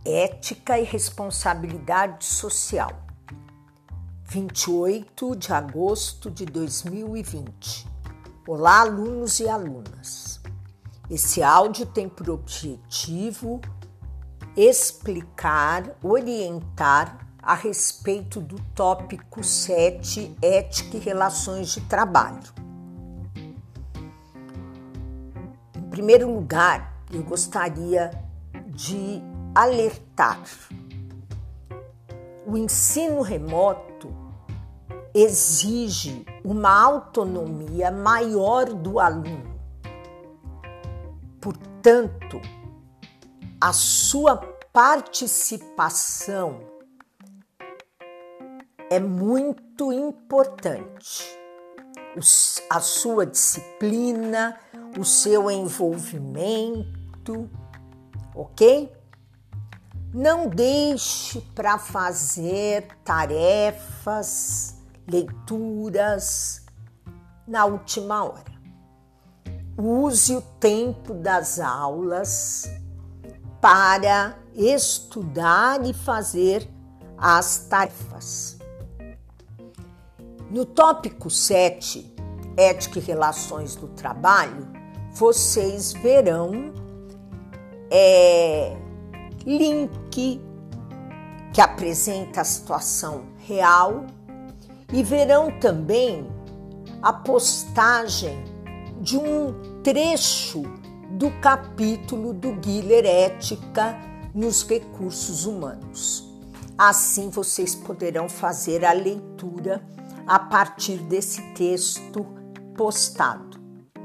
Ética e Responsabilidade Social, 28 de agosto de 2020. Olá, alunos e alunas. Esse áudio tem por objetivo explicar, orientar a respeito do tópico 7, Ética e Relações de Trabalho. Em primeiro lugar, eu gostaria de alertar. O ensino remoto exige uma autonomia maior do aluno. Portanto, a sua participação é muito importante. A sua disciplina, o seu envolvimento, ok? Não deixe para fazer tarefas, leituras na última hora. Use o tempo das aulas para estudar e fazer as tarefas. No tópico 7, Ética e Relações do Trabalho, vocês verão link que apresenta a situação real e verão também a postagem de um trecho do capítulo do Guiller Ética nos Recursos Humanos. Assim vocês poderão fazer a leitura a partir desse texto postado.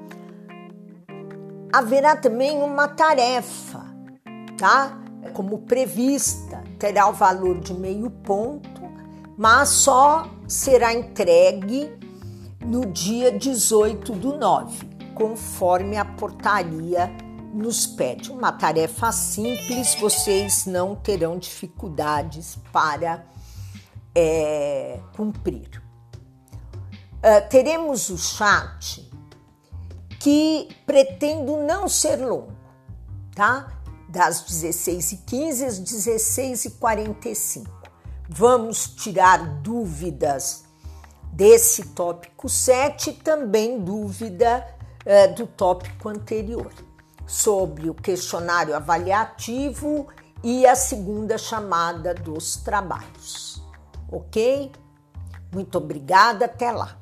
Haverá também uma tarefa, tá? Como prevista, terá o valor de meio ponto, mas só será entregue no dia 18/9, conforme a portaria nos pede. Uma tarefa simples, vocês não terão dificuldades para cumprir. Teremos o chat que pretendo não ser longo, tá? Das 16h15 às 16h45. Vamos tirar dúvidas desse tópico 7 e também dúvida do tópico anterior, sobre o questionário avaliativo e a segunda chamada dos trabalhos. Ok? Muito obrigada, até lá.